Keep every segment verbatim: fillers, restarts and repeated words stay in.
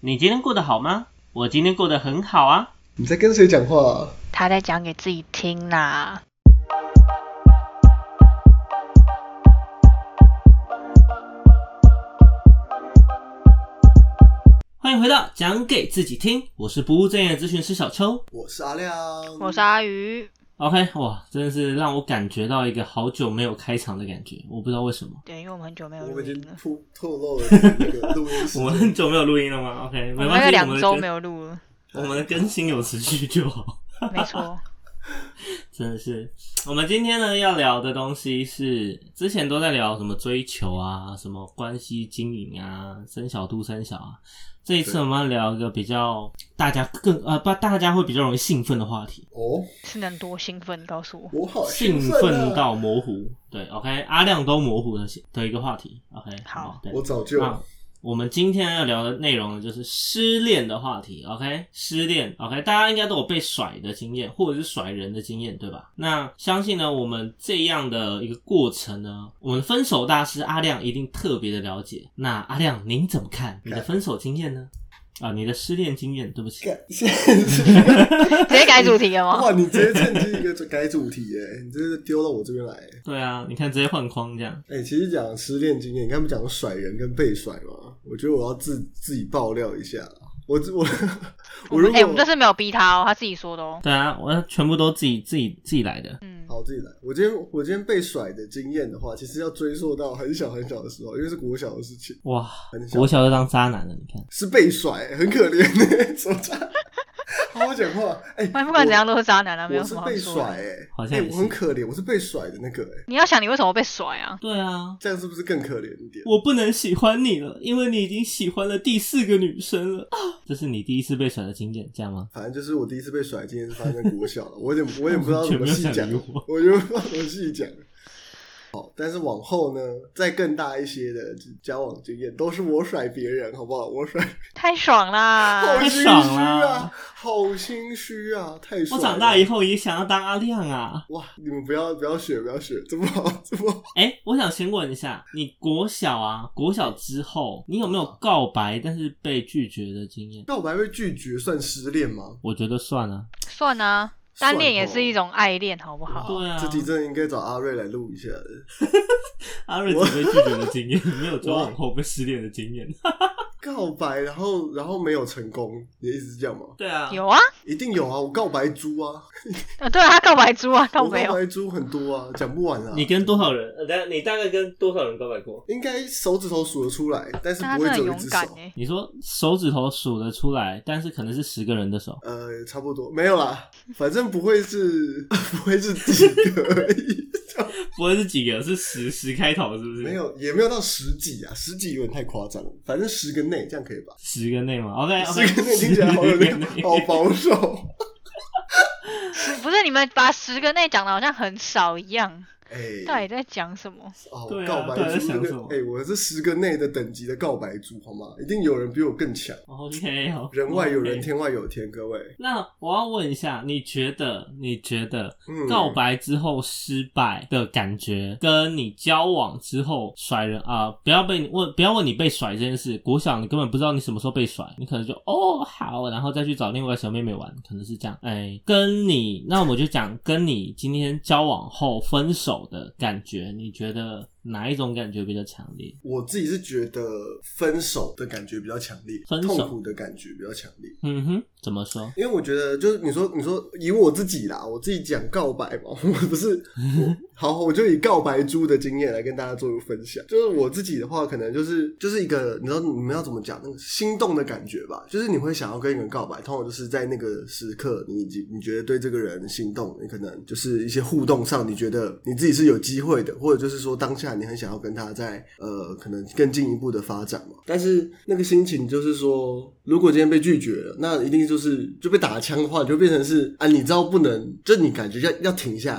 你今天过得好吗？我今天过得很好啊。 你在跟谁讲话啊？ 他在讲给自己听啦。 欢迎回到讲给自己听，我是不务正业的咨询师小邱， 我是阿亮， 我是阿鱼。 OK， 哇，真的是让我感觉到一个好久没有开场的感觉，我不知道为什么。 对，因为我们很久没有录音了。 我们已经透透露了那个录音时间。 我们很久没有录音了吗 ？OK， 没关系， 我们有两周没有录了。 我们的更新有持续就好。 没错。 真的是，我们今天呢要聊的东西是之前都在聊什么追求啊，什么关系经营啊，生小度生小啊。这一次我们要聊一个比较大家更呃不大家会比较容易兴奋的话题哦， 是能多兴奋？告诉我， 我好兴奋、啊、 兴奋到模糊。对 ，OK， 阿亮都模糊的的一个话题。OK， 好， 对我早就。 我们今天要聊的内容呢，就是失恋的话题 ，OK？ 失恋 ，OK？ 大家应该都有被甩的经验，或者是甩人的经验，对吧？那相信呢，我们这样的一个过程呢，我们分手大师阿亮一定特别的了解。那阿亮，您怎么看你的分手经验呢？啊，你的失恋经验，对不起， 现在是直接改主题了吗？ 哇，你直接趁机一个改主题耶，你这是丢到我这边来。 对啊，你看直接换框这样。 哎、欸，其实讲失恋经验，你看不讲甩人跟被甩嘛？我觉得我要自自己爆料一下。我我我如果哎、欸，我们这次没有逼他哦，他自己说的哦。 对啊，我全部都自己自己自己来的。 嗯， 好，自己来。我今天我今天被甩的经验的话，其实要追溯到很小很小的时候，因为是国小的事情。 哇， 很小国小就当渣男了，你看是被甩，很可怜呢。什么渣？好好讲话。哎、欸， 不管怎样都是渣男啊，没有什么好说的。我是被甩哎、 欸，好像哎、欸，我很可怜，我是被甩的那个哎、欸。 你要想你为什么被甩啊？ 对啊， 这样是不是更可怜一点？ 我不能喜欢你了，因为你已经喜欢了第四个女生了。啊，这是你第一次被甩的经验，这样吗？ 反正就是我第一次被甩的经验是发生在国小了，我有点我也不知道怎么细讲， 我就不知道怎么细讲。好，但是往后呢，再更大一些的交往经验都是我甩别人，好不好？我甩， 太爽啦！ 好心虚啊，好心虚啊，太爽了！ 我长大以后也想要当阿亮啊！ 哇，你们不要不要学，不要学，这么好，这么好。 哎、欸，我想先问一下，你国小啊，国小之后，你有没有告白但是被拒绝的经验？ 告白被拒绝算失恋吗？ 我觉得算啊， 算啊。单恋也是一种爱恋，好不好？ 对啊， 这集真的应该找阿瑞来录一下的。 阿瑞只被拒绝的经验，没有交往后被失恋的经验。 告白，然后然后没有成功，你的意思是这样吗？ 对啊， 有啊， 一定有啊！我告白猪啊， 啊对啊，他告白猪啊，告白我告白猪很多啊，讲不完啊。 你跟多少人？呃，你大概跟多少人告白过？ 应该手指头数得出来，但是不会只有一只手。 欸、 你说手指头数得出来，但是可能是十个人的手。 呃，差不多，没有啦，反正不会是不会是几个而已。 不会是几个，是十十开头，是不是？ 没有，也没有到十几啊，十几有点太夸张了。反正十个内，这样可以吧？ 十个内嘛 ，OK， 十个内听起来好有点好保守。 不是你们把十个内讲的好像很少一样。 哎、欸， 到底在讲什么？ 哦， 对啊、 告白猪那个，哎、欸，我是十个内的等级的告白猪，好吗？一定有人比我更强。 OK， 好， 人外有人， okay. 天外有天，各位。 那我要问一下，你觉得，你觉得，告白之后失败的感觉，跟你交往之后甩人啊、呃，不要被你问，不要问你被甩这件事。国小你根本不知道你什么时候被甩，你可能就哦好，然后再去找另外一个小妹妹玩，可能是这样。哎，跟你，那我就讲，跟你今天交往后分手的感觉，你觉得哪一种感觉比较强烈？ 我自己是觉得分手的感觉比较强烈， 分手痛苦的感觉比较强烈。 嗯哼，怎么说？ 因为我觉得就是你说你说以我自己啦，我自己讲告白嘛，我不是我好，我就以告白猪的经验来跟大家做一个分享。就是我自己的话，可能就是就是一个你知道你们要怎么讲那个心动的感觉吧，就是你会想要跟一个人告白，通常就是在那个时刻你已经你觉得对这个人心动，你可能就是一些互动上你觉得你自己是有机会的，或者就是说当下你很想要跟他在呃可能更进一步的发展嘛。但是那个心情就是说，如果今天被拒绝了，那一定就是就被打枪的话，就变成是啊，你知道不能，就你感觉要要停下来了嘛。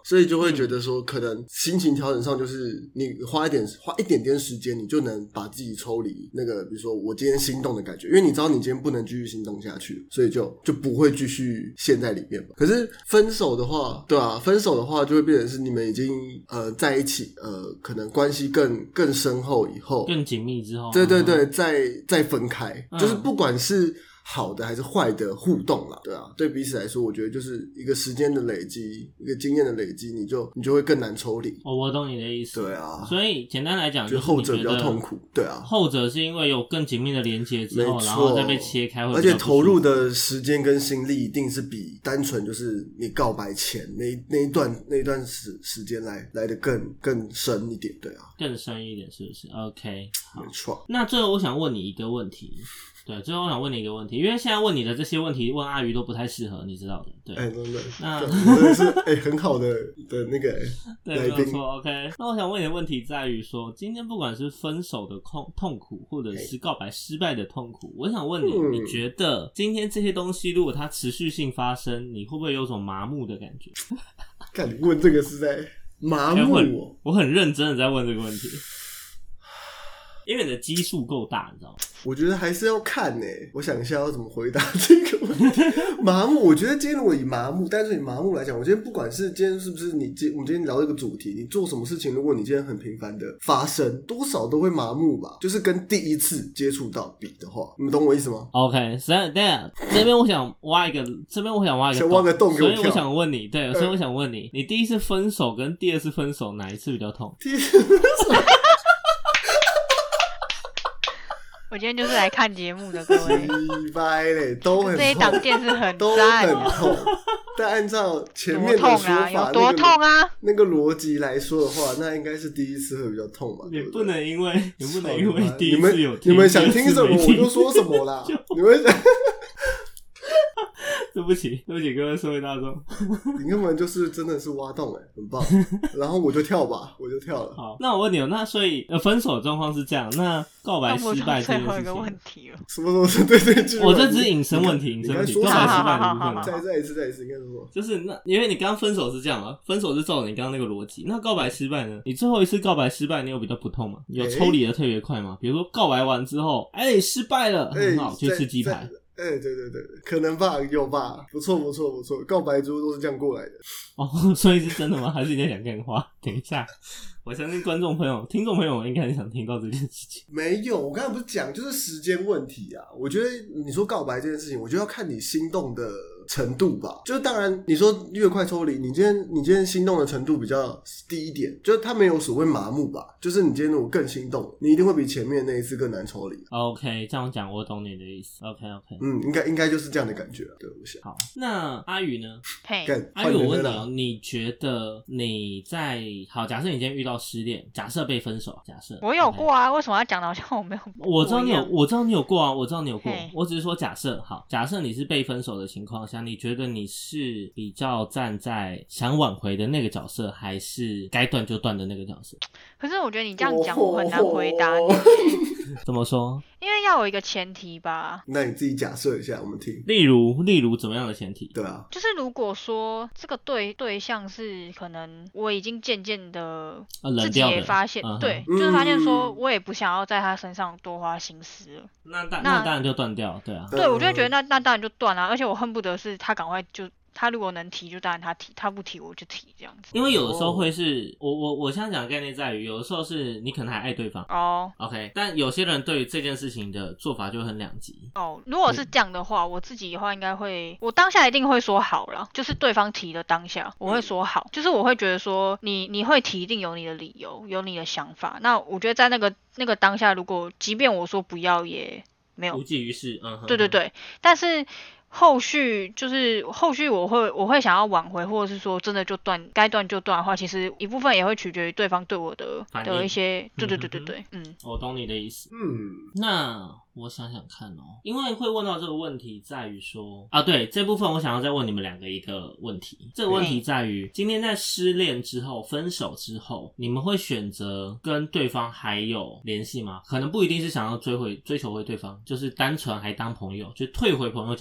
所以就会觉得说可能心情调整上就是你花一点花一点点时间你就能把自己抽离那个比如说我今天心动的感觉，因为你知道你今天不能继续心动下去，所以就就不会继续陷在里面嘛。可是分手的话，对啊，分手的话就会变成是你们已经呃在一起，呃可能关系更更深厚以后， 更紧密之后， 对对对，再再分开， 嗯、 就是不管是好的还是坏的互动啦，对啊，对彼此来说，我觉得就是一个时间的累积，一个经验的累积，你就你就会更难抽离。 哦，我懂你的意思。 对啊， 所以简单来讲， 就是后者比较痛苦。对啊， 后者是因为有更紧密的连接之后，然后再被切开会， 而且投入的时间跟心力一定是比单纯就是你告白前那那一段那一段时时间来来的更更深一点。对啊， 更深一点是不是 ？OK， 没错。 那最后我想问你一个问题。对，最后我想问你一个问题，因为现在问你的这些问题，问阿鱼都不太适合，你知道的。对， 哎、欸，真的， 那真的是哎、欸，很好的的那个对，没有错。OK， 那我想问你的问题在于说，今天不管是分手的痛痛苦，或者是告白失败的痛苦，我想问你， 嗯、 你觉得今天这些东西如果它持续性发生，你会不会有种麻木的感觉？ 看你问这个是在麻木、 欸、我, 我很认真的在问这个问题。因为你的基数够大，你知道吗？ 我觉得还是要看呢、欸。我想一下要怎么回答这个问题。麻木，我觉得今天如果以麻木，单纯以麻木来讲，我今天不管是今天是不是你今我们今天聊这个主题，你做什么事情，如果你今天很频繁的发生，多少都会麻木吧。就是跟第一次接触到比的话，你们懂我意思吗 ？OK， 所以等一下这边我想挖一个，这边我想挖一个洞， 想挖个洞给我跳。 所以我想问你，对，所以我想问你，你第一次分手跟第二次分手哪一次比较痛？ 第一次分手。 我今天就是来看节目的，各位。 一掰嘞，都很痛， 这一档电视很都很痛。但按照前面的说法， 有多痛啊？ 那个逻辑来说的话，那应该是第一次会比较痛吧？ 你不能因为你不能因为第一次有听，你们想听什么我就说什么啦。你们想。 对不起，对不起，各位社会大众， 你根本就是真的是挖洞哎、欸，很棒。然后我就跳吧，我就跳了。 好，那我问你哦，那所以呃，分手状况是这样，那告白失败这件事情， 最后一个问题了。 什么东西？对对对， 我这只是引申问题，引申问题，告白失败的部分。 再再一次，再一次，应该说， 就是那，因为你刚刚分手是这样嘛，分手是照着你刚刚那个逻辑。那告白失败呢？你最后一次告白失败，你有比较不痛吗？有抽离的特别快吗？比如说告白完之后，哎、欸，失败了，很好，去吃鸡排。 哎、欸，对对对，可能吧，有吧，不错不错不错，告白猪都是这样过来的。 哦，所以是真的吗？还是你在讲干话？等一下，我相信观众朋友、听众朋友应该很想听到这件事情。 没有，我刚才不是讲就是时间问题啊。我觉得你说告白这件事情，我觉得要看你心动的程度吧。就是当然，你说越快抽离，你今天你今天心动的程度比较低一点，就是他没有所谓麻木吧。就是你今天如果更心动，你一定会比前面那一次更难抽离。 OK， 这样讲我懂你的意思。OK OK， 嗯，应该应该就是这样的感觉，对，我想。 好，那阿宇呢？ 嘿， 阿宇，我问你哦，你觉得你在好？假设你今天遇到失恋，假设被分手，假设我有过啊， okay. 为什么要讲的好像我没有过？ 我知道你有，我知道你有过啊，我知道你有过。我只是说假设，好，假设你是被分手的情况下，你觉得你是比较站在想挽回的那个角色，还是该断就断的那个角色？ 可是我觉得你这样讲，我很难回答你。 怎么说？ 因为要有一个前提吧。 那你自己假设一下，我们听。 例如，例如怎么样的前提？ 对啊， 就是如果说这个对对象是可能我已经渐渐的自己也发现， 啊、 对、嗯，就是发现说我也不想要在他身上多花心思了。 那那那当然就断掉，对啊。 对，我就会觉得那那当然就断了，而且我恨不得是他赶快就。他如果能提就当然他提，他不提我就提这样子。 因为有的时候会是我我我现在讲的概念在于，有的时候是你可能还爱对方哦、 oh. ，OK， 但有些人对于这件事情的做法就很两极哦。Oh, 如果是这样的话、嗯，我自己的话应该会，我当下一定会说好啦，就是对方提的当下我会说好，嗯、就是我会觉得说你你会提一定有你的理由，有你的想法。那我觉得在那个那个当下，如果即便我说不要也没有无济于事，嗯， 对对对，但是。后续就是后续我会我会想要挽回，或者是说真的就断该断就断的话，其实一部分也会取决于对方对我的的一些，对对对对对，嗯， 我懂你的意思， 嗯， 那我想想看哦，因为会问到这个问题在于说啊，对这部分我想要再问你们两个一个问题，这个问题在于今天在失恋之后分手之后，你们会选择跟对方还有联系吗？可能不一定是想要追回追求回对方，就是单纯还当朋友，就退回朋友角色。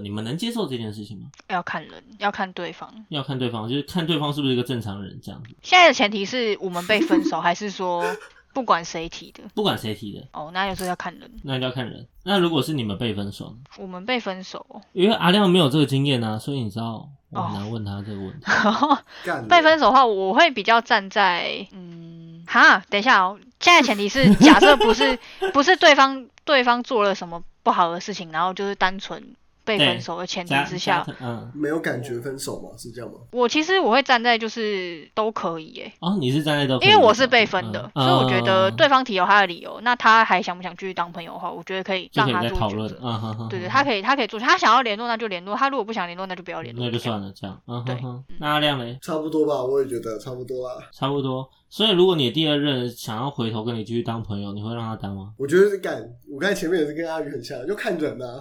你们能接受这件事情吗？ 要看人，要看对方， 要看对方，就是看对方是不是一个正常人这样子。 现在的前提是我们被分手，还是说不管谁提的？ 不管谁提的。 哦，那有时候要看人。 那就要看人。那如果是你们被分手呢？ 我们被分手， 因为阿亮没有这个经验啊，所以你知道我很难问他这个问题。 哦、被分手的话，我会比较站在嗯，哈，等一下哦，现在前提是假设不是不是对方对方做了什么不好的事情，然后就是单纯被分手的前提之下， 嗯，没有感觉分手吗？是这样吗？ 我其实我会站在就是都可以耶。 哦，你是站在都可以， 因为我是被分的， 嗯、 所以我觉得对方提有他的理由，那他还想不想继续当朋友的话，我觉得可以让他做抉择。 嗯哼哼， 对对，他可以他可以做，他想要联络那就联络，他如果不想联络那就不要联络， 那就算了，这样。嗯哼对哼，那阿亮呢？ 差不多吧，我也觉得差不多啦。 差不多。所以如果你第二任想要回头跟你继续当朋友，你会让他当吗？ 我觉得是干，我刚才前面也是跟阿宇很像，就看人啊。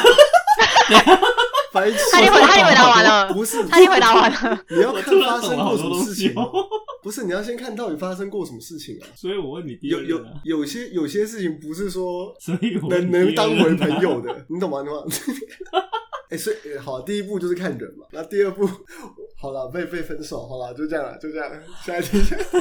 白痴， 他已经回他已经回答完了， 不是， 他已经回答完了。 你要看发生过什么事情，不是你要先看到底发生过什么事情啊。 所以我问你第二任、啊， 有有有些有些事情不是说所以我能能当回朋友的，你懂吗？你懂吗？哎、欸，所以好，第一步就是看人嘛。那第二步，好了，被被分手，好了，就这样了，就这样。下一题。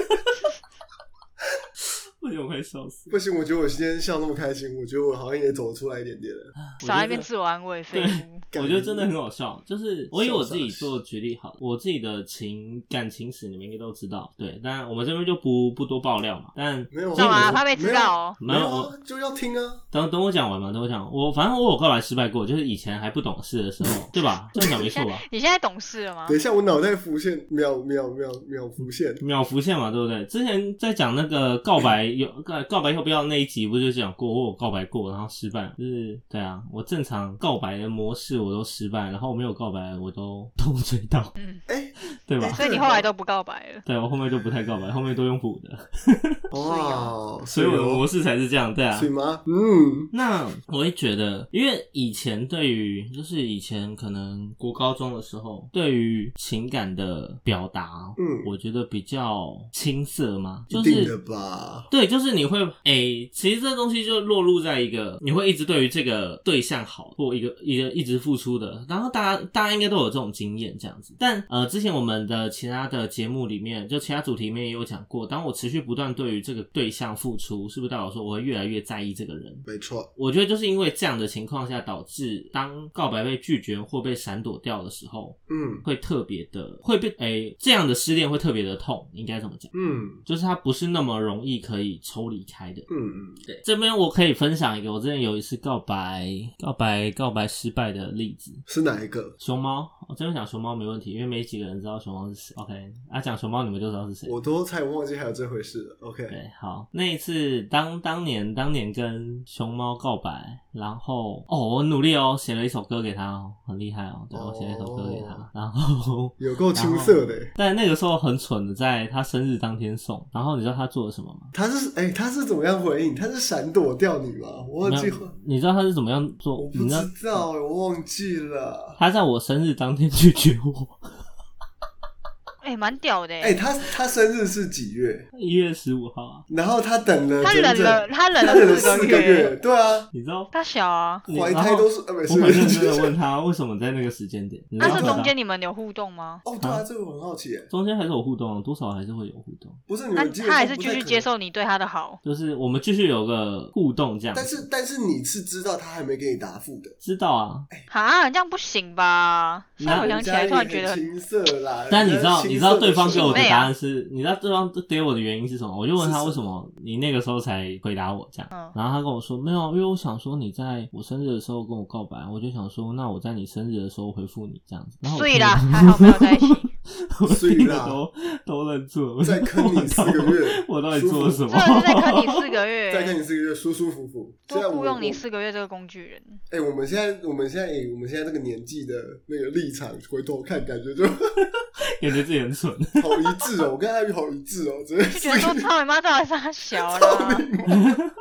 不行，我快笑死！ 不行，我觉得我今天笑那么开心，我觉得我好像也走出来一点点了。 少在那边自我安慰，废物。 我觉得真的很好笑，就是我以我自己做举例好了，我自己的情感情史你们应该都知道，对，但我们这边就不不多爆料嘛。但没有， 干嘛？怕被知道哦？ 没有啊，就要听啊。 等等我讲完嘛，等我讲。我反正我有告白失败过，就是以前还不懂事的时候，对吧？这样讲没错吧？ 你现在懂事了吗？ 等一下，我脑袋浮现，秒秒秒秒浮现， 秒浮现嘛，对不对？之前在讲那个告白有告白要不要那一集，不就讲过我有告白过，然后失败，就是对啊，我正常告白的模式我都失败，然后我没有告白我都都追到， 嗯， 哎、欸， 对吧？ 所以你后来都不告白了？ 对，我后面都不太告白，后面都用补的。 哇， 所以我的模式才是这样，对啊。 是吗？嗯， 那我会觉得，因为以前对于就是以前可能国高中的时候，对于情感的表达， 嗯， 我觉得比较青涩嘛，就是一定的吧？ 对，就是你会诶、欸，其实这东西就落入在一个你会一直对于这个对象好，或一个一个一直付出的，然后大家大家应该都有这种经验这样子。但呃，之前我们的其他的节目里面，就其他主题里面也有讲过，当我持续不断对于这个对象付出，是不是代表说我会越来越在意这个人？ 没错， 我觉得就是因为这样的情况下，导致当告白被拒绝或被闪躲掉的时候， 嗯， 会特别的会被诶、欸、这样的失恋会特别的痛，应该怎么讲？ 嗯， 就是它不是那么容易可以抽离开的。 嗯嗯， 对，这边我可以分享一个我之前有一次告白告白告白失败的例子。 是哪一个？ 熊猫，我这边讲熊猫没问题，因为没几个人知道熊猫是谁。OK， 啊，讲熊猫你们就知道是谁。 我都差点忘记还有这回事了。OK， 对，好，那一次当当年当年跟熊猫告白，然后哦，我努力哦，写了一首歌给他哦，很厉害哦，对，我写了一首歌给他，哦、然后有够青涩的， 但那个时候很蠢的，在他生日当天送，然后你知道他做了什么吗？ 他是哎、欸，他是怎么样回应？他是闪躲掉你吗？我忘记， 你知道他是怎么样做？ 我不知道，我忘记了。 他在我生日当天拒绝我。 哎、欸，蛮屌的哎、 欸！他他生日是几月？ 一月十五号啊。 然后他等了他整整， 忍了，他忍了了四个月。 月对啊， 你知道？ 他小啊， 怀胎都是。呃，没事。 我很认真的问他为什么在那个时间点。 那这中间你们有互动吗？ 哦，对啊，这个我很好奇。 中间还是有互动，多少还是会有互动。 不是你们， 他还是继续接受你对他的好， 就是我们继续有个互动这样。 但是但是你是知道他还没给你答复的。 知道啊。 哈，这样不行吧？现在回想起来，突然觉得青涩啦。 但你知道，你知道对方给我的答案是， 啊、 你知道对方给我的原因是什么？我就问他为什么你那个时候才回答我这样， 嗯、 然后他跟我说没有，因为我想说你在我生日的时候跟我告白，我就想说那我在你生日的时候回复你这样子。然后所以啦，还好没有在一起。 所以啦， 都都认错了。 再坑你四个月， 我到底做了什么？ 真的是再坑你四个月， 再坑你四个月，舒舒服服。 多雇佣你四个月这个工具人。 哎、欸，我们现在我们现在、欸、我们现在这个年纪的那个立场，回头看感觉就感觉自己很蠢， 好一致哦！我跟阿宇好一致哦，真的就觉得说操你妈，到底是他小啦。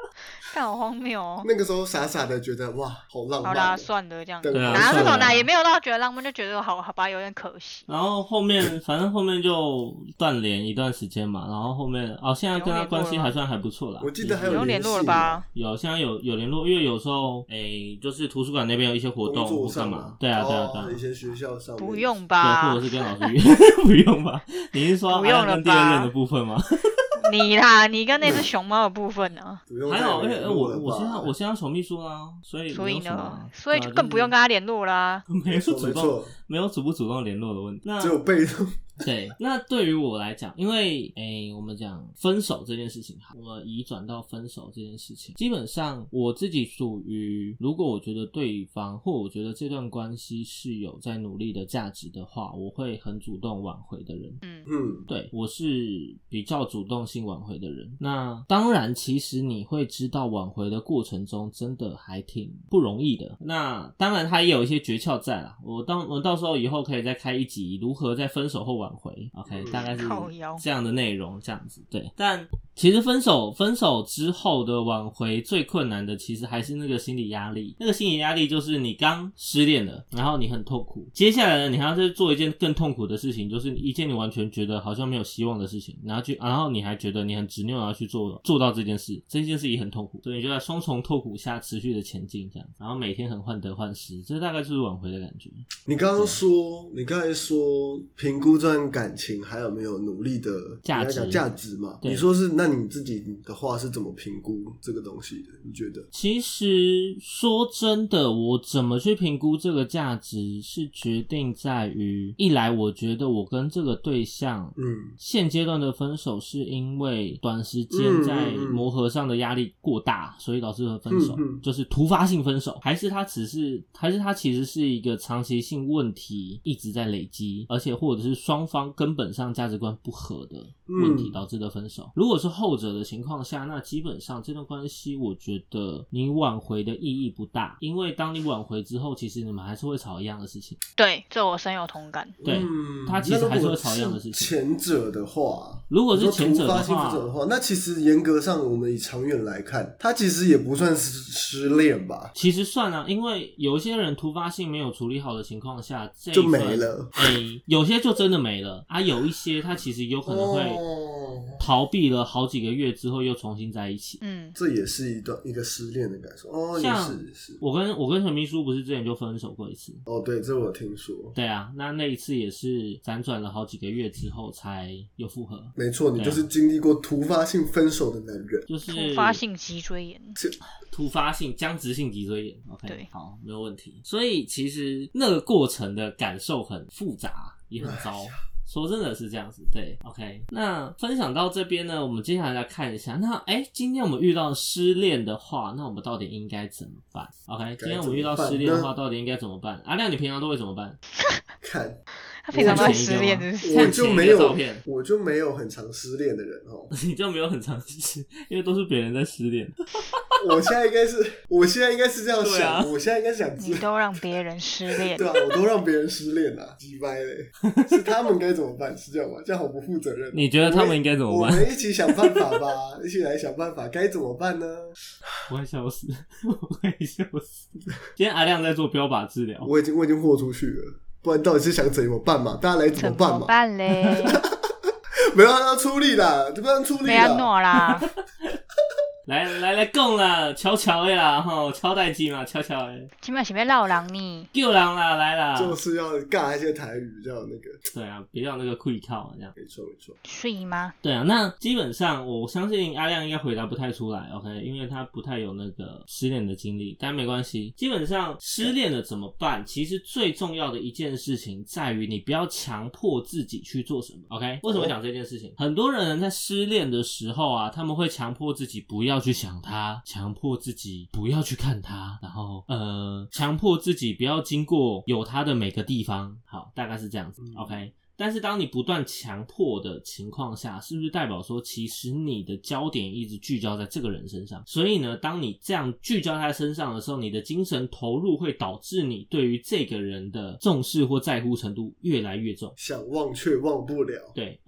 看好荒谬哦。 那个时候傻傻的觉得哇，好浪漫、哦。 好啦，算了这样。 对啊， 哪那种啦，也没有到觉得浪漫，就觉得好好吧，有点可惜。 然后后面反正后面就断联一段时间嘛，然后后面哦，现在跟他关系还算还不错啦。 我记得还有联络了吧？ 有，现在有有联络，因为有时候诶、欸，就是图书馆那边有一些活动或干嘛，对啊对啊对啊。 以前学校上面不用吧？ 对，或者是跟老师约，不用吧？你是说还要跟第二任的部分吗？ 你啦，你跟那只熊猫的部分呢？ 还好，因为我我现在我现在小秘书啦，所以所以呢， 所以就更不用跟他联络啦。 没有主动，没有主不主动联络的问题，那只有被动。 对，那对于我来讲，因为诶、欸，我们讲分手这件事情，我们移转到分手这件事情，基本上我自己属于，如果我觉得对方或我觉得这段关系是有在努力的价值的话，我会很主动挽回的人。 嗯嗯， 对，我是比较主动性挽回的人。那当然，其实你会知道挽回的过程中真的还挺不容易的。那当然，它也有一些诀窍在啦。我当我到时候以后可以再开一集如何在分手后挽回 OK 大概是这样的内容这样子。对，但其实分手分手之后的挽回最困难的其实还是那个心理压力。那个心理压力就是你刚失恋了，然后你很痛苦，接下来呢你还要再做一件更痛苦的事情，就是一件你完全觉得好像没有希望的事情，然后去然后你还觉得你很执拗要去做做到这件事，这件事也很痛苦，所以你就在双重痛苦下持续的前进这样，然后每天很患得患失，这大概就是挽回的感觉。 你刚刚说你刚才说评估这段感情还有没有努力的价值价值嘛？你说是，那你自己的话是怎么评估这个东西的？你觉得？ 其实说真的，我怎么去评估这个价值是决定在于，一来我觉得我跟这个对象， 嗯， 现阶段的分手是因为短时间在磨合上的压力过大，所以导致了分手， 嗯嗯， 就是突发性分手，还是他只是，还是他其实是一个长期性问题一直在累积，而且或者是双方根本上价值观不合的问题导致的分手。嗯，如果是后者的情况下，那基本上这段关系我觉得你挽回的意义不大，因为当你挽回之后，其实你们还是会吵一样的事情。 对，这我深有同感。 对，嗯，他其实还是会吵一样的事情。 前者的话， 如果是前者的话， 突发性分手的话，那其实严格上我们以长远来看，他其实也不算是失恋吧？ 其实算啊，因为有一些人突发性没有处理好的情况下，这就没了。 欸，有些就真的没了啊，有一些他其实有可能会逃避了好几个月之后又重新在一起。 嗯， 这也是一段一个失恋的感受哦。也是也是， 我跟我跟陈秘书不是之前就分手过一次哦？对，这我听说。 对啊，那那一次也是辗转了好几个月之后才又复合。 没错，你就是经历过突发性分手的男人， 就是突发性脊椎炎， 突发性僵直性脊椎炎。OK， 对，好，没有问题。所以其实那个过程的感受很复杂，也很糟。说真的是这样子，对 ，OK。那分享到这边呢，我们接下来来看一下，那哎，今天我们遇到失恋的话，那我们到底应该怎么办 ？OK， 今天我们遇到失恋的话，到底应该怎么办？阿亮，你平常都会怎么办？ 看。 他平常都失恋， 我就没有，我就没有很常失恋的人哦。 你就没有很常失，因为都是别人在失恋。 我现在应该是，我现在应该是这样想，啊、我现在应该想， 你都让别人失恋， 对啊，我都让别人失恋啊，鸡掰嘞，是他们该怎么办？是这样吗？这样好不负责任。 你觉得他们应该怎么办？ 我们一起想办法吧，一起来想办法，该怎么办呢？ 我会笑死，我会笑死。今天阿亮在做标靶治疗， 我已经我已经豁出去了。不然到底是想怎么办嘛？大家来怎么办嘛？ 怎么办嘞？ 没有要出力啦，不要出力啦， 没要弄啦。 来来来讲啦，悄悄的啦，吼，敲代志嘛，悄悄的。 今晚是要闹人呢？ 叫人啦，来啦。 就是要尬一些台语，比较那个。 对啊，比较那个跪靠这样。 没错没错。 睡吗？ 对啊，那基本上我相信阿亮应该回答不太出来 ，OK， 因为他不太有那个失恋的经历，但没关系。基本上失恋了怎么办？其实最重要的一件事情在于你不要强迫自己去做什么 ，OK？ 为什么讲这件事情？很多人在失恋的时候啊，他们会强迫自己不要去想他，强迫自己不要去看他，然后呃，强迫自己不要经过有他的每个地方。好，大概是这样子 ，OK。但是当你不断强迫的情况下，是不是代表说其实你的焦点一直聚焦在这个人身上？所以呢，当你这样聚焦在他身上的时候，你的精神投入会导致你对于这个人的重视或在乎程度越来越重， 想忘却忘不了。 对 ，OK。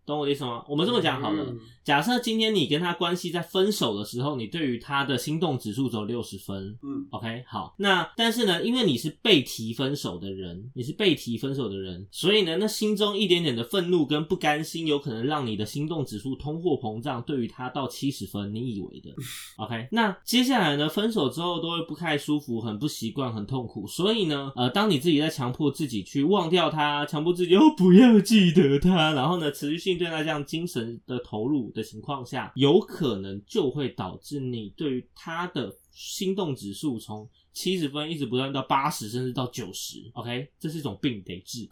懂我的意思吗？我们这么讲好了， 嗯、 假设今天你跟他关系在分手的时候，你对于他的心动指数只有六十分， 嗯 ，OK， 好，那但是呢，因为你是被提分手的人，你是被提分手的人，所以呢，那心中一点点的愤怒跟不甘心，有可能让你的心动指数通货膨胀，对于他到七十分，你以为的 ，OK， 那接下来呢，分手之后都会不太舒服，很不习惯，很痛苦，所以呢，呃，当你自己在强迫自己去忘掉他，强迫自己哦不要记得他，然后呢，持续性对他这样精神的投入的情况下，有可能就会导致你对于他的心动指数从七十分一直不断到八十甚至到九十 OK， 这是一种病得治。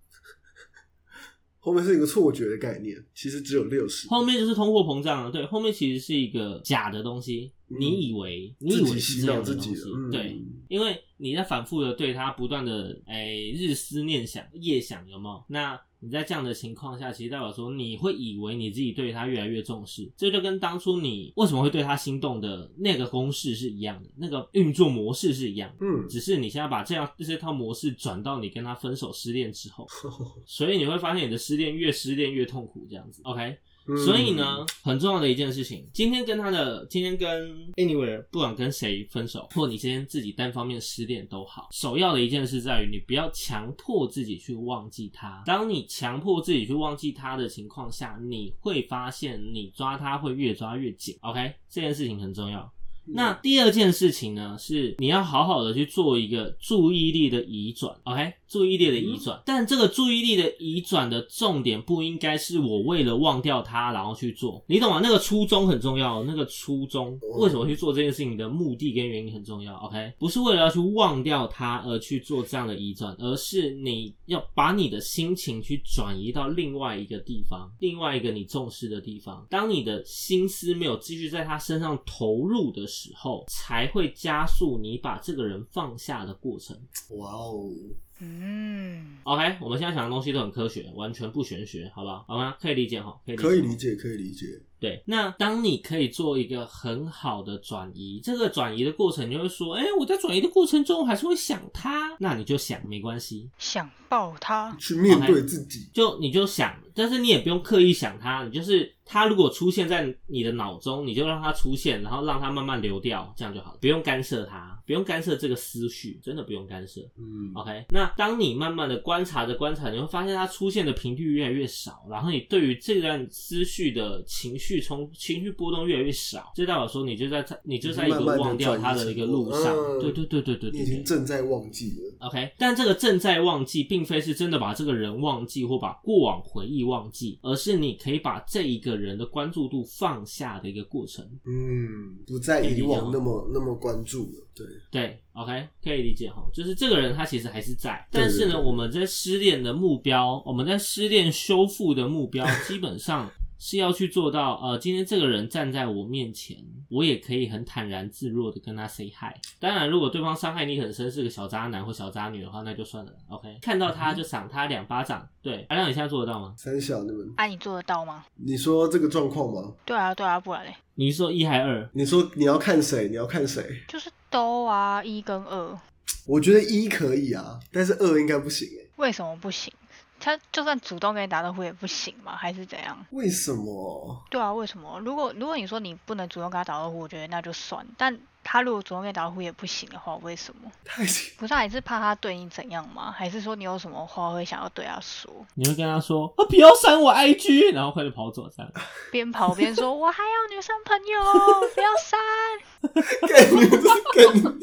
后面是一个错觉的概念，其实只有六十， 后面就是通货膨胀了。对，后面其实是一个假的东西，嗯、你以为你以为是这样的东西， 嗯、 对，因为你在反复的对他不断的诶日思念想夜想，有没有？那你在这样的情况下，其实代表说你会以为你自己对他越来越重视，这就跟当初你为什么会对他心动的那个公式是一样的，那个运作模式是一样的， 嗯， 只是你现在把这样这套模式转到你跟他分手失恋之后，所以你会发现你的失恋越失恋越痛苦这样子 ，OK。 嗯、 所以呢，很重要的一件事情，今天跟他的，今天跟 anywhere 不管跟谁分手，或你今天自己单方面失恋都好，首要的一件事在于你不要强迫自己去忘记他。当你强迫自己去忘记他的情况下，你会发现你抓他会越抓越紧 ，OK， 这件事情很重要。那第二件事情呢，是你要好好的去做一个注意力的移转 ，OK， 注意力的移转。但这个注意力的移转的重点不应该是我为了忘掉它然后去做，你懂吗？那个初衷很重要，那个初衷为什么去做这件事情的目的跟原因很重要 ，OK， 不是为了要去忘掉它而去做这样的移转，而是你要把你的心情去转移到另外一个地方，另外一个你重视的地方。当你的心思没有继续在他身上投入的时候时候才会加速你把这个人放下的过程。 哇哦， 嗯 ，OK， 我们现在讲的东西都很科学，完全不玄学，好不好？好吗？可以理解齁，可以理解， 可以理解，可以理解。 对，那当你可以做一个很好的转移，这个转移的过程，你会说，哎，我在转移的过程中还是会想他，那你就想，没关系， 想抱他， 去面对自己， okay， 就你就想，但是你也不用刻意想他，你就是他如果出现在你的脑中，你就让他出现，然后让他慢慢流掉，这样就好了，不用干涉他，不用干涉这个思绪，真的不用干涉。嗯 ，OK。那当你慢慢的观察着观察，你会发现他出现的频率越来越少，然后你对于这段思绪的情绪从情绪波动越来越少，这代表说你就在你就在一个忘掉他的一个路上。嗯、对对对对对对， 你已经正在忘记了。 OK， 但这个正在忘记，并非是真的把这个人忘记或把过往回忆忘记，而是你可以把这一个人的关注度放下的一个过程。 嗯，不再以往那么那么关注了。对对 ，OK， 可以理解齁，就是这个人他其实还是在，但是呢， 对对对， 我们在失恋的目标，我们在失恋修复的目标，基本上是要去做到，呃，今天这个人站在我面前，我也可以很坦然自若的跟他 say hi。当然，如果对方伤害你很深，是个小渣男或小渣女的话，那就算了 ，OK。看到他就赏他两巴掌，对。阿亮，你现在做得到吗？ 三小你们， 啊，你做得到吗？ 你说这个状况吗？ 对啊，对啊，不然嘞？ 你是说一还二？ 你说你要看谁？你要看谁？ 就是都啊，一跟二。 我觉得一可以啊，但是二应该不行诶。 为什么不行？他就算主动跟你打招呼也不行吗？还是怎样？ 为什么？ 对啊，为什么？如果如果你说你不能主动跟他打招呼，我觉得那就算。但他如果主动跟你打招呼也不行的话，为什么？ 太不是啊，你是怕他对你怎样吗？还是说你有什么话会想要对他说？ 你会跟他说啊，不要删我 I G， 然后快点跑走这样。 边跑边说，我还有女生朋友，不要删。 干你，这是干你。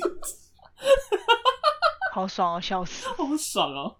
好爽哦，笑死！ 好爽哦。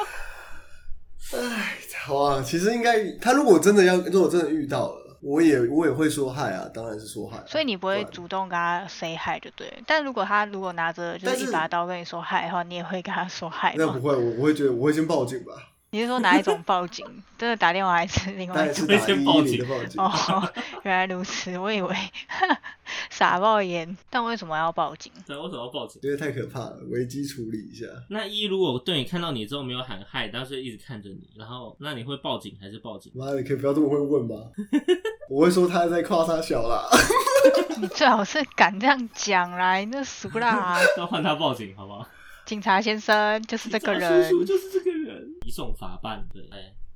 哎，好啊，其实应该他如果真的要，如果真的遇到了，我也我也会说嗨啊，当然是说嗨、啊。 所以你不会主动跟他 say hi 就对了。但如果他如果拿着就是一把刀跟你说嗨的话，你也会跟他说嗨吗？ 那不会，我我会觉得我会先报警吧。 你是说哪一种报警？真的打电话还是另外一种？ 当然是打一一零的报警。 哦，原来如此，我以为傻爆眼。但为什么要报警？ 对，为什么要报警？ 因为太可怕了，危机处理一下。 那一如果对你看到你之后没有喊嗨，但是一直看着你，然后那你会报警还是报警？ 妈的，你可以不要这么会问吗？我会说他在夸他小啦。 你最好是敢这样讲啦，你那俗啦。 要换他报警好不好？ 警察先生就是这个人， 叔叔就是这个人，移送法办，对。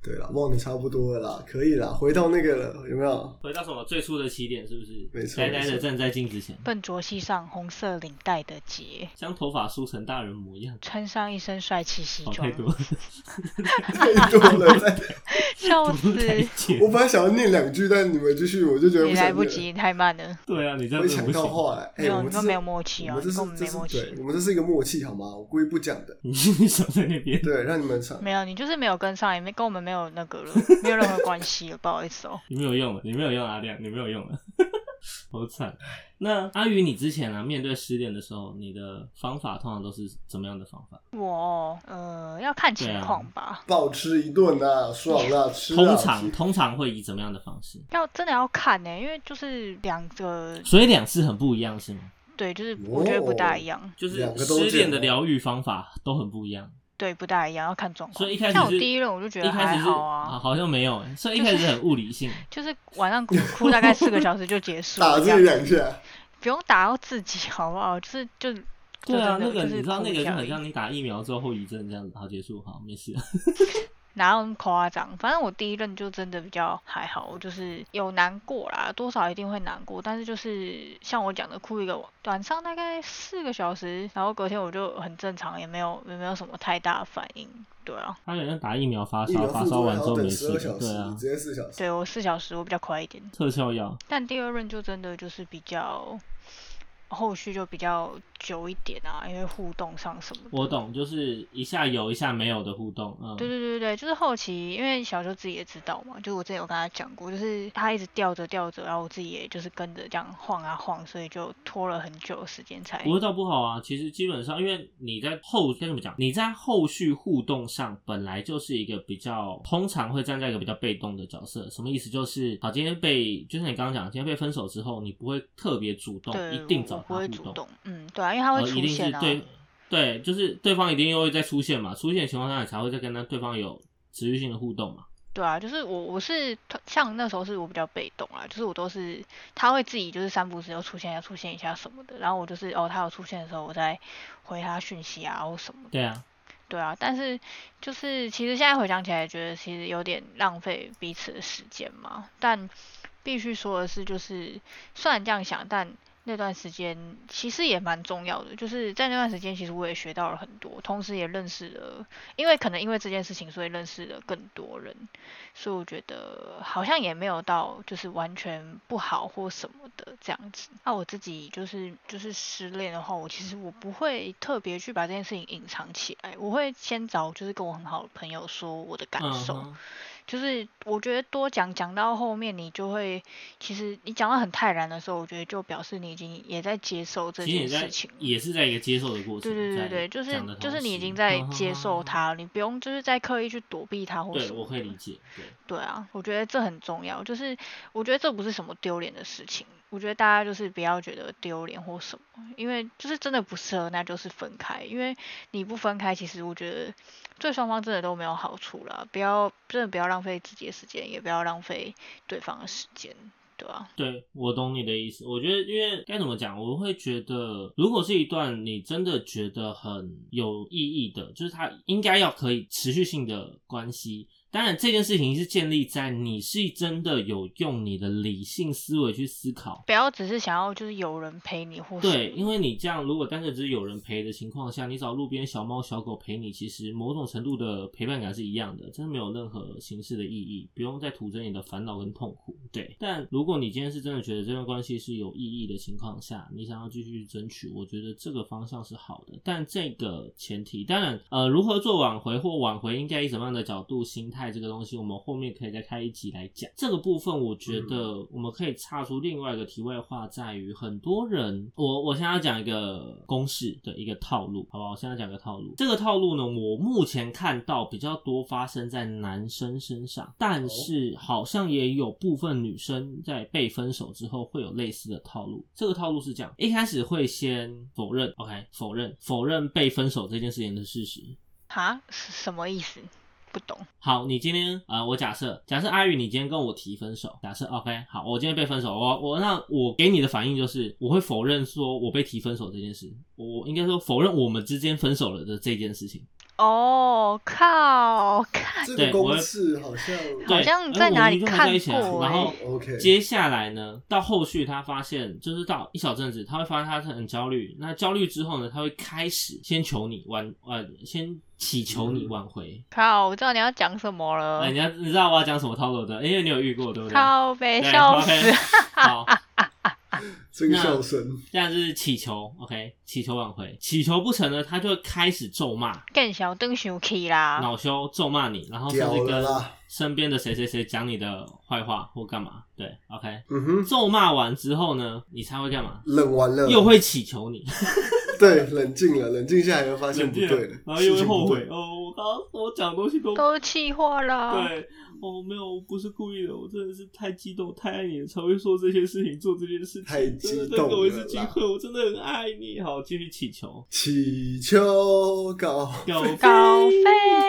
对啦，忘得差不多了啦，可以啦，回到那个了，有没有？ 回到什么最初的起点，是不是？ 没错， 呆呆的站在镜子前， 笨拙系上红色领带的结， 将头发梳成大人模样， 穿上一身帅气西装。 好太多了， 太多了，在笑死！ 我本来想要念两句，但你们继续，我就觉得你不想念来不及，太慢了。 对啊，你这样会抢子不行。 到话来。哎、 没有， 我们这是你们没有默契哦， 我们这是你跟我们没默契。 对，我们这是一个默契，好吗？我故意不讲的。 你少在那边。 对，让你们唱。 没有，你就是没有跟上，也没跟我们没有那个了，没有任何关系了，不好意思哦。 你没有用了，你没有用阿亮，你没有用了，好惨。那阿宇，你之前啊面对失恋的时候，你的方法通常都是怎么样的方法？ 我呃要看情况吧， 暴吃一顿啊，爽啊，吃啊。 通常通常会以怎么样的方式？ 要真的要看呢、欸，因为就是两个， 所以两次很不一样是吗？ 对，就是我觉得不大一样， 哦、 就是失恋的疗愈方法都很不一样。 对，不大一样，要看状况。 所以一开始像我第一任我就觉得还好啊， 好像没有、欸，所以一开始很物理性， 就是、就是、晚上哭哭大概四个小时就结束， 打自己两下， 不用打到自己好不好？就是就对啊，那个、 就是、 你知道那个就很像你打疫苗之后后遗症这样子，好结束，好没事。 哪有那么夸张？反正我第一任就真的比较还好，我就是有难过啦，多少一定会难过，但是就是像我讲的，哭一个晚上大概四个小时，然后隔天我就很正常，也没有也没有什么太大的反应。对啊， 他有人打疫苗发烧，发烧完之后没事，对啊， 直接四小时。 对我四小时，我比较快一点。 特效药。 但第二任就真的就是比较。后续就比较久一点啊，因为互动上什么的。 我懂，就是一下有一下没有的互动。嗯， 对对对对，就是后期，因为小修自己也知道嘛，就是我之前有跟他讲过，就是他一直吊着吊着，然后我自己也就是跟着这样晃啊晃，所以就拖了很久的时间才。 不会倒不好啊，其实基本上，因为你在后该怎么讲，你在后续互动上本来就是一个比较，通常会站在一个比较被动的角色。什么意思？就是好，今天被，就是你刚刚讲，今天被分手之后，你不会特别主动，一定找。 不会主动，嗯，对啊，因为他会出现啊， 呃、对，对，就是对方一定又会再出现嘛，出现的情况下你才会再跟他对方有持续性的互动嘛。 对啊，就是我我是像那时候是我比较被动啦，就是我都是他会自己就是三不时又出现要出现一下什么的，然后我就是哦他有出现的时候我再回他讯息啊或什么的。 对啊， 对啊，但是就是其实现在回想起来觉得其实有点浪费彼此的时间嘛，但必须说的是就是虽然这样想，但那段时间其实也蛮重要的，就是在那段时间其实我也学到了很多，同时也认识了，因为可能因为这件事情所以认识了更多人，所以我觉得好像也没有到就是完全不好或什么的这样子。那、啊、我自己就是就是失恋的话，我其实我不会特别去把这件事情隐藏起来，我会先找就是跟我很好的朋友说我的感受。嗯，就是我觉得多讲讲到后面，你就会其实你讲到很泰然的时候，我觉得就表示你已经也在接受这件事情， 也是在一个接受的过程。 对对对对，就是就是你已经在接受它，你不用就是在刻意去躲避它或什么。 对，我会理解。对对啊，我觉得这很重要，就是我觉得这不是什么丢脸的事情。我觉得大家就是不要觉得丢脸或什么，因为就是真的不适合，那就是分开。因为你不分开，其实我觉得对双方真的都没有好处啦。不要真的不要浪费自己的时间，也不要浪费对方的时间。对啊， 对，我懂你的意思。我觉得，因为该怎么讲，我会觉得，如果是一段你真的觉得很有意义的，就是它应该要可以持续性的关系。当然这件事情是建立在你是真的有用你的理性思维去思考， 不要只是想要就是有人陪你或什么。 对，因为你这样如果单纯只是有人陪的情况下，你找路边小猫小狗陪你，其实某种程度的陪伴感是一样的，真的没有任何形式的意义，不用再吐真你的烦恼跟痛苦。对，但如果你今天是真的觉得这段关系是有意义的情况下，你想要继续争取，我觉得这个方向是好的。但这个前提当然呃，如何做挽回或挽回应该以什么样的角度心态，这个东西我们后面可以再开一集来讲。这个部分我觉得我们可以岔出另外一个题外话，在于很多人，我我现在要讲一个公式的一个套路，好不好？我现在讲一个套路。这个套路呢，我目前看到比较多发生在男生身上，但是好像也有部分女生在被分手之后会有类似的套路。这个套路是这样，一开始会先否认 OK 否认否认被分手这件事情的事实。 哈？什么意思？不懂。 好，你今天呃，我假设假设阿宇你今天跟我提分手，假设 OK 好，我今天被分手，我我那我给你的反应就是我会否认说我被提分手这件事，我应该说否认我们之间分手了的这件事情。 哦，靠，看这个公式好像好像在哪里看过、 欸、然后 OK 接下来呢，到后续他发现，就是到一小阵子，他会发现他很焦虑。那焦虑之后呢，他会开始先求你挽，呃，先祈求你挽回。 靠，我知道你要讲什么了。 哎、欸，你要你知道我要讲什么套路的？因为你有遇过，对不对？ 靠北，笑死。 Okay, 好。 这个笑声， 这样就是祈求 ，OK， 祈求挽回，祈求不成呢，他就会开始咒骂， 更小灯生气啦， 恼羞咒骂你，然后甚至跟身边的谁谁谁讲你的坏话或干嘛，对 ，OK， 嗯哼， 咒骂完之后呢，你才会干嘛？ 冷完了， 又会祈求你， 对，冷静了，冷静下来又发现不对了， 然后又会后悔，哦，我刚刚我讲的东西都都气化了， 对。哦，没有，我不是故意的，我真的是太激动、太爱你了，才会说这些事情、做这件事情。 太激动了， 真的再给我一次机会，我真的很爱你。好，继续祈求， 祈求高高飞， 高飞。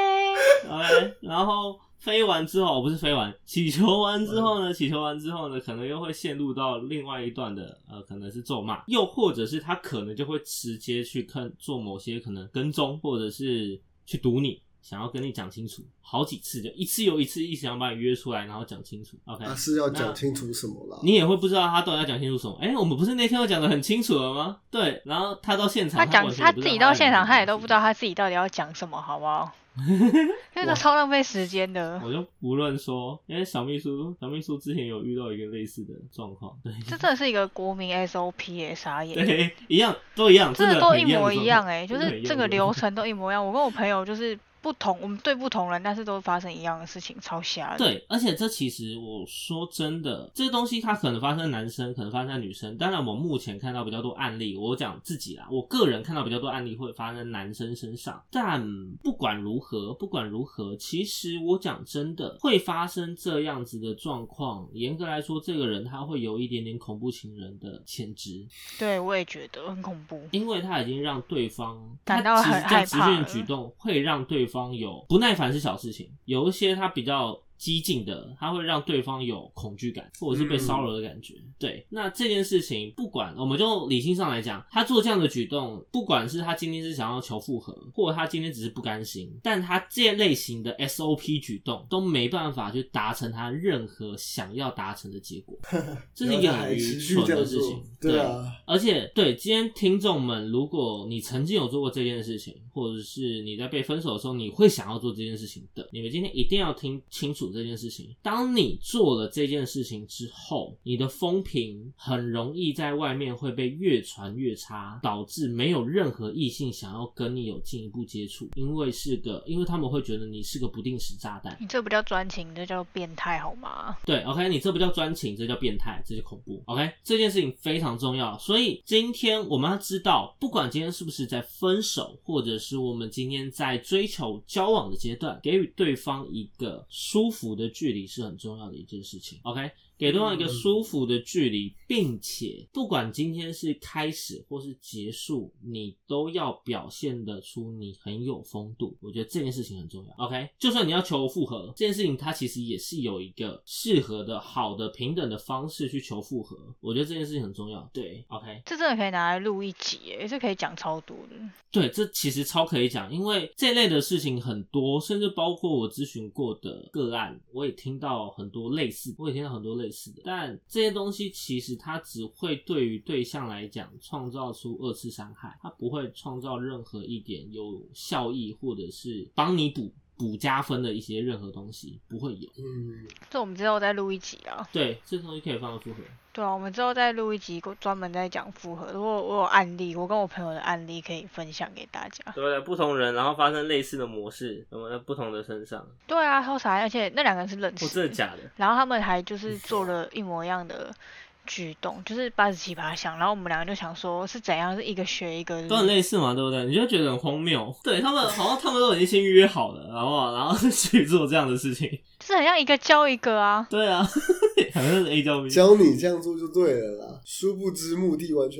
OK， 然后飞完之后，不是飞完，祈求完之后呢？祈求完之后呢，可能又会陷入到另外一段的，呃，可能是咒骂，又或者是他可能就会直接去看做某些可能跟踪，或者是去堵你。想要跟你讲清楚，好几次就一次又一次，一直想把你约出来，然后讲清楚。OK， 他、啊、是要讲清楚什么啦？ 你也会不知道他到底要讲清楚什么。哎、欸，我们不是那天都讲得很清楚了吗？对，然后他到现场， 他讲他, 他自己到现场，他也都不知道他自己到底要讲什么，好不好？因为这超浪费时间的。 我就无论说，因为小秘书，小秘书之前有遇到一个类似的状况，对， 这真的是一个国民 S O P 耶，傻眼。 对，一样都一样， 真的都一模一样哎，就是这个流程都一模一样。我跟我朋友就是不同，我们对不同人，但是都发生一样的事情，超瞎的。 对，而且这其实我说真的，这个东西它可能发生在男生，可能发生在女生。当然，我目前看到比较多案例，我讲自己啦，我个人看到比较多案例会发生在男生身上。但不管如何，不管如何，其实我讲真的，会发生这样子的状况。严格来说，这个人他会有一点点恐怖情人的潜质。 对，我也觉得很恐怖， 因为他已经让对方感到很害怕， 他其实这样直线举动会让对方有不耐烦是小事情，有一些他比较激进的，他会让对方有恐惧感，或者是被骚扰的感觉、嗯、对，那这件事情不管我们就理性上来讲，他做这样的举动，不管是他今天是想要求复合，或者他今天只是不甘心，但他这类型的 S O P 举动都没办法去达成他任何想要达成的结果，这是一个很愚蠢的事情。 对啊， 而且对今天听众们，如果你曾经有做过这件事情，或者是你在被分手的时候你会想要做这件事情的，你们今天一定要听清楚这件事情。当你做了这件事情之后，你的风评很容易在外面会被越传越差，导致没有任何异性想要跟你有进一步接触，因为是个因为他们会觉得你是个不定时炸弹。 你这不叫专情，这叫变态好吗？ 对 OK， 你这不叫专情，这叫变态，这叫恐怖。 OK， 这件事情非常重要，所以今天我们要知道，不管今天是不是在分手，或者是我们今天在追求交往的阶段，给予对方一个舒服的距离是很重要的一件事情。 OK，给对方一个舒服的距离，并且不管今天是开始或是结束，你都要表现得出你很有风度。我觉得这件事情很重要。 OK， 就算你要求复合，这件事情它其实也是有一个适合的好的平等的方式去求复合，我觉得这件事情很重要。对 OK， 这真的可以拿来录一集耶，这可以讲超多的。 对，这其实超可以讲，因为这类的事情很多，甚至包括我咨询过的个案，我也听到很多类似我也听到很多类似的，但这些东西其实它只会对于对象来讲创造出二次伤害，它不会创造任何一点有效益或者是帮你补补加分的一些任何东西，不会有。 嗯， 这我们之后再录一集啊。 对，这东西可以放到复合。 对啊，我们之后再录一集专门在讲复合，如果我有案例，我跟我朋友的案例可以分享给大家。 对对，不同人然后发生类似的模式，我们在不同的身上。 对啊，超傻，而且那两个人是认识的。 哦，真的假的？ 然后他们还就是做了一模一样的举动，就是八十七八项，然后我们两个就想说是怎样，是一个学一个，就是， 都很类似嘛，对不对？你就觉得很荒谬。对，他们好像他们都已经先约好了，然后然后去做这样的事情， 就是很像一个教一个啊。 对啊，好像是 A 教 B， 教你这样做就对了啦，殊不知目的完全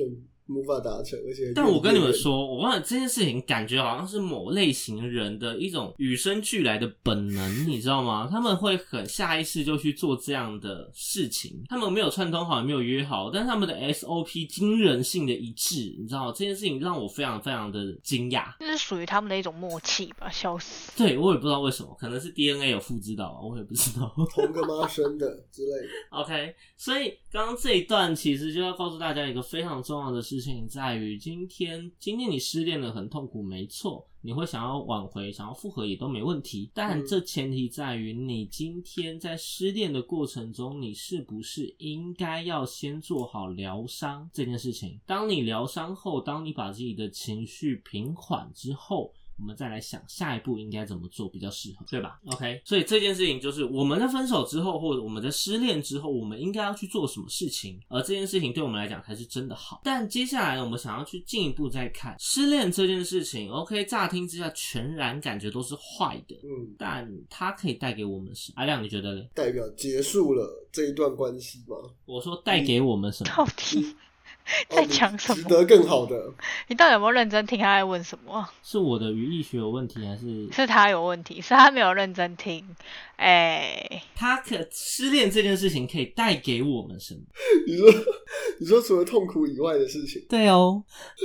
无法达成，而且但我跟你们说，我忘了这件事情，感觉好像是某类型人的一种与生俱来的本能，你知道吗？他们会很下意识就去做这样的事情，他们没有串通好，也没有约好，但是他们的 S O P 惊人性的一致，你知道这件事情让我非常非常的惊讶， 这是属于他们的一种默契吧，笑死。 对，我也不知道为什么，可能是 D N A 有复制到吧，我也不知道。 同个妈生的之类的。 OK， 所以刚刚这一段其实就要告诉大家一个非常重要的事情，在于今天，今天你失恋了很痛苦，没错。你会想要挽回想要复合也都没问题，但这前提在于你今天在失恋的过程中，你是不是应该要先做好疗伤这件事情。当你疗伤后，当你把自己的情绪平缓之后，我们再来想下一步应该怎么做比较适合，对吧 ？OK， 所以这件事情就是我们在分手之后，或者我们在失恋之后，我们应该要去做什么事情，而这件事情对我们来讲才是真的好。但接下来我们想要去进一步再看失恋这件事情 ，OK， 乍听之下全然感觉都是坏的，嗯，但它可以带给我们什么？阿亮，你觉得呢？ 代表结束了这一段关系吗？ 我说带给我们什么？ 到底？在讲什么？ 值得更好的。 你到底有没有认真听他在问什么？ 是我的语义学有问题，还是是他有问题？是他没有认真听。哎、欸， 他可失恋这件事情可以带给我们什么？ 你说，你说除了痛苦以外的事情？ 对哦。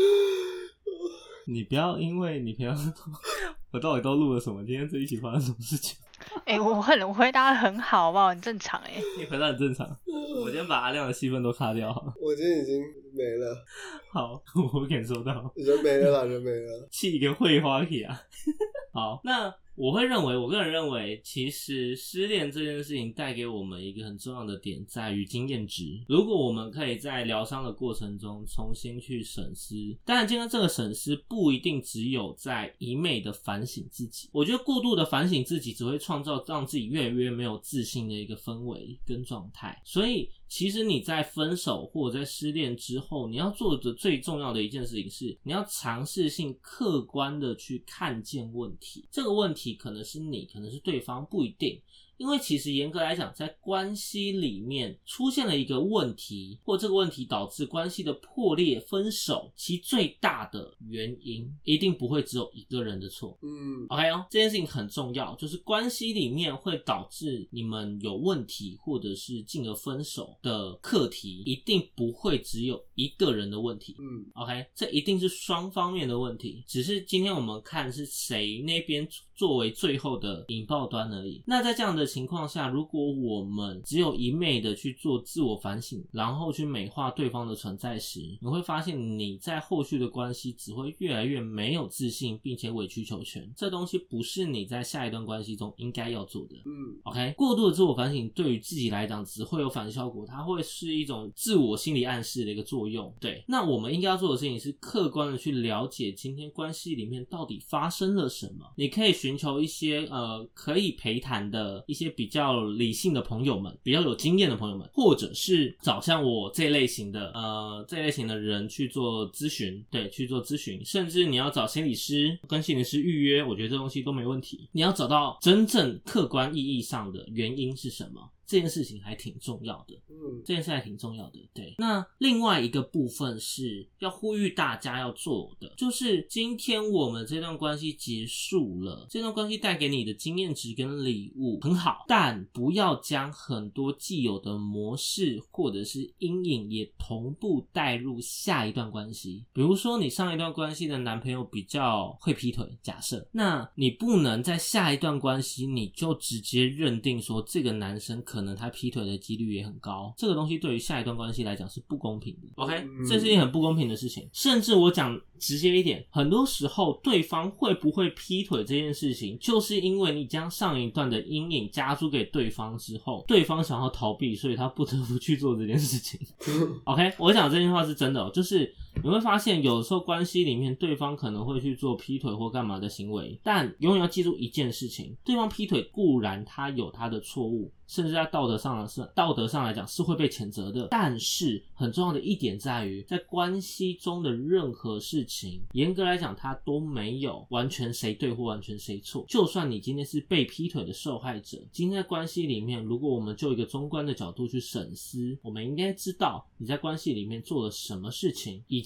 你不要因为你平常我到底都录了什么？今天这一起发生什么事情？ 哎、欸，我很我回答得很好，好不好？很正常哎、欸。 你回答很正常。我今天把阿亮的戏份都卡掉好了。 我今天已经没了。 好，我感受到人没了啦，人没了。 气一个会花体啊。好，那我会认为，我个人认为，其实失恋这件事情带给我们一个很重要的点，在于经验值。如果我们可以在疗伤的过程中重新去审思，当然，今天这个审思不一定只有在一昧的反省自己。我觉得过度的反省自己，只会创造让自己越来越没有自信的一个氛围跟状态。所以，其实你在分手或者在失恋之后，你要做的最重要的一件事情是，你要尝试性客观的去看见问题。这个问题可能是你，可能是对方，不一定。因为其实严格来讲，在关系里面出现了一个问题，或这个问题导致关系的破裂、分手，其最大的原因一定不会只有一个人的错。嗯 ，OK 哦，这件事情很重要，就是关系里面会导致你们有问题，或者是进而分手的课题，一定不会只有一个人的问题。嗯 ，OK， 这一定是双方面的问题，只是今天我们看是谁那边作为最后的引爆端而已。那在这样的情况下，如果我们只有一昧的去做自我反省，然后去美化对方的存在时，你会发现你在后续的关系只会越来越没有自信，并且委曲求全。这东西不是你在下一段关系中应该要做的。嗯 ，OK， 过度的自我反省对于自己来讲只会有反效果，它会是一种自我心理暗示的一个作用。对，那我们应该要做的事情是客观的去了解今天关系里面到底发生了什么。你可以寻求一些呃可以陪谈的一些比较理性的朋友们，比较有经验的朋友们，或者是找像我这类型的呃这类型的人去做咨询，对，去做咨询，甚至你要找心理师跟心理师预约，我觉得这东西都没问题。你要找到真正客观意义上的原因是什么。这件事情还挺重要的，嗯，这件事还挺重要的，对。那另外一个部分是要呼吁大家要做的，就是今天我们这段关系结束了，这段关系带给你的经验值跟礼物很好，但不要将很多既有的模式或者是阴影也同步带入下一段关系。比如说你上一段关系的男朋友比较会劈腿，假设，那你不能在下一段关系你就直接认定说这个男生可能可能他劈腿的几率也很高，这个东西对于下一段关系来讲是不公平的 OK、嗯、这是一件很不公平的事情。甚至我讲直接一点，很多时候对方会不会劈腿这件事情，就是因为你将上一段的阴影加诸给对方之后，对方想要逃避，所以他不得不去做这件事情OK， 我讲这句话是真的、哦、就是你会发现有时候关系里面对方可能会去做劈腿或干嘛的行为，但永远要记住一件事情，对方劈腿固然他有他的错误，甚至在道德上是道德上来讲是会被谴责的，但是很重要的一点在于，在关系中的任何事情严格来讲它都没有完全谁对或完全谁错。就算你今天是被劈腿的受害者，今天在关系里面，如果我们就一个中观的角度去审思，我们应该知道你在关系里面做了什么事情，以及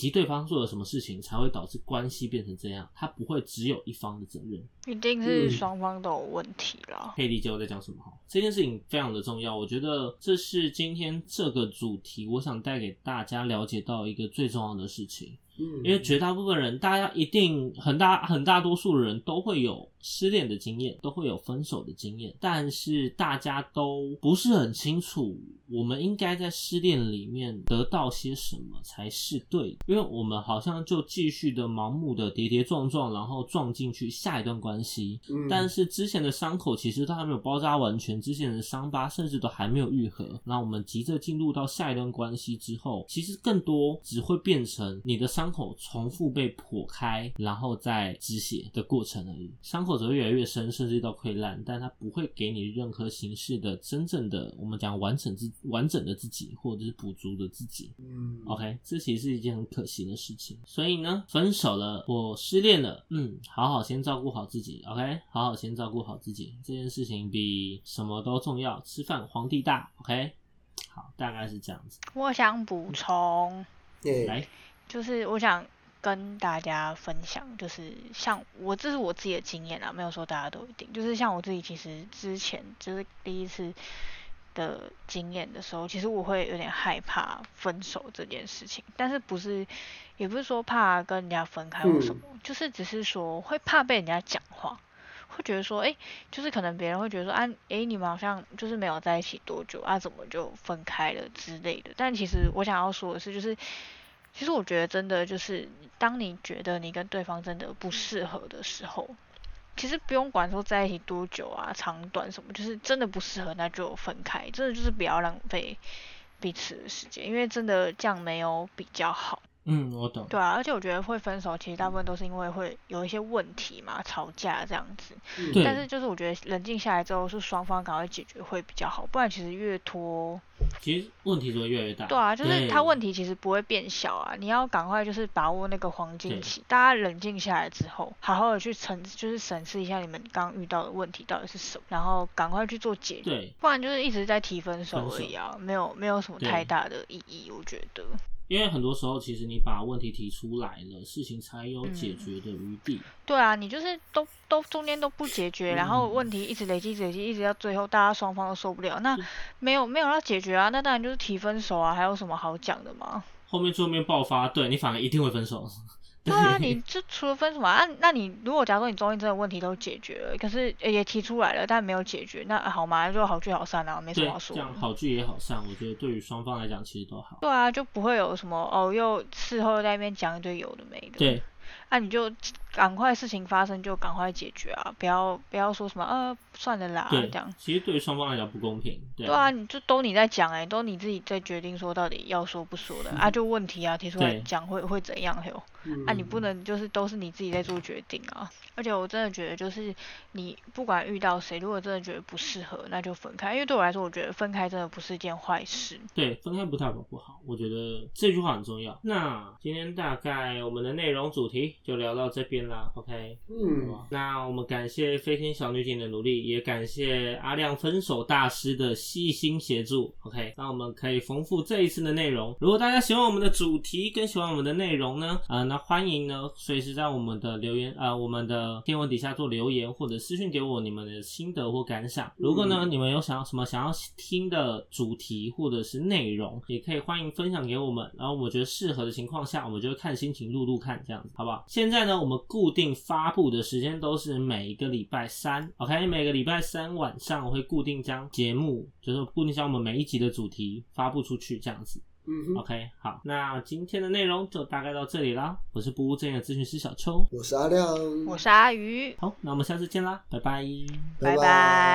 及对方做了什么事情才会导致关系变成这样，它不会只有一方的责任， 一定是双方都有问题啦。 可以理解我在讲什么。这件事情非常的重要，我觉得这是今天这个主题我想带给大家了解到一个最重要的事情。因为绝大部分人，大家一定很大很大多数人都会有失恋的经验，都会有分手的经验，但是大家都不是很清楚我们应该在失恋里面得到些什么才是对的，因为我们好像就继续的盲目的跌跌撞撞，然后撞进去下一段关系、嗯、但是之前的伤口其实都还没有包扎完全，之前的伤疤甚至都还没有愈合，那我们急着进入到下一段关系之后，其实更多只会变成你的伤口重复被破开然后再止血的过程而已，伤口只会越来越深，甚至到溃烂，但它不会给你任何形式的真正的我们讲完整自完整的自己或者是补足的自己。嗯 OK， 这其实是一件很可惜的事情。所以呢，分手了，我失恋了，嗯，好好先照顾好自己 OK， 好好先照顾好自己，这件事情比什么都重要，吃饭皇帝大 OK。 好，大概是这样子。 我想补充、 嗯、 来， 就是我想跟大家分享，就是像我这是我自己的经验啦，没有说大家都一定，就是像我自己其实之前就是第一次的经验的时候，其实我会有点害怕分手这件事情，但是不是也不是说怕跟人家分开或什么、嗯、就是只是说会怕被人家讲话，会觉得说哎、欸，就是可能别人会觉得说啊，哎、欸，你们好像就是没有在一起多久啊，怎么就分开了之类的。但其实我想要说的是，就是其实我觉得真的就是当你觉得你跟对方真的不适合的时候，其实不用管说在一起多久啊长短什么，就是真的不适合那就分开，真的就是不要浪费彼此的时间，因为真的这样没有比较好。 嗯，我懂。 对啊，而且我觉得会分手其实大部分都是因为会有一些问题嘛，吵架这样子、嗯、但是就是我觉得冷静下来之后是双方赶快解决会比较好，不然其实越拖其实问题只会越来越大。 对啊，就是他问题其实不会变小啊，你要赶快就是把握那个黄金期，大家冷静下来之后好好的去沉就是审视一下你们刚遇到的问题到底是什么，然后赶快去做解决，对，不然就是一直在提分手而已啊，没有没有什么太大的意义我觉得。 因为很多时候其实你把问题提出来了，事情才有解决的余地、嗯、 对啊，你就是都都中间都不解决、嗯、然后问题一直累积一直累积一直到最后大家双方都受不了，那没有没有要解决啊，那当然就是提分手啊，还有什么好讲的吗？ 后面最后面爆发，对，你反而一定会分手。 对啊，你就除了分手嘛，啊，那你如果假如说你中间真的问题都解决了，可是也提出来了，但没有解决，那好嘛，就好聚好散啊，没什么好说的。 对，这样好聚也好散，我觉得对于双方来讲其实都好。 对啊，就不会有什么哦，又事后在那边讲一堆有的没的。 对。 那、啊、你就赶快事情发生就赶快解决啊，不要不要说什么呃算了啦这样。 其实对于双方来讲不公平。对啊， 对啊，你就都你在讲哎、欸，都你自己在决定说到底要说不说的、嗯、啊，就问题啊提出来讲会会怎样哟、嗯？啊，你不能就是都是你自己在做决定啊。而且我真的觉得就是你不管遇到谁，如果真的觉得不适合，那就分开。因为对我来说，我觉得分开真的不是一件坏事。 对，分开不代表不好，我觉得这句话很重要。那今天大概我们的内容主题就聊到这边啦 ，OK？ 嗯，那我们感谢飞天小女警的努力，也感谢阿亮分手大师的细心协助 ，OK？ 那我们可以丰富这一次的内容。如果大家喜欢我们的主题跟喜欢我们的内容呢，呃，那欢迎呢随时在我们的留言呃我们的贴文底下做留言，或者私讯给我你们的心得或感想。如果呢你们有想要什么想要听的主题或者是内容，也可以欢迎分享给我们，然后我觉得适合的情况下，我们就会看心情录录看这样子，好不好？现在呢我们固定发布的时间都是每一个礼拜三 OK， 每个礼拜三晚上我会固定将节目就是固定将我们每一集的主题发布出去这样子。嗯 OK， 好，那今天的内容就大概到这里啦。我是不务正业的咨询师小邱， 我是阿亮， 我是阿鱼。 好，那我们下次见啦，拜拜， 拜拜。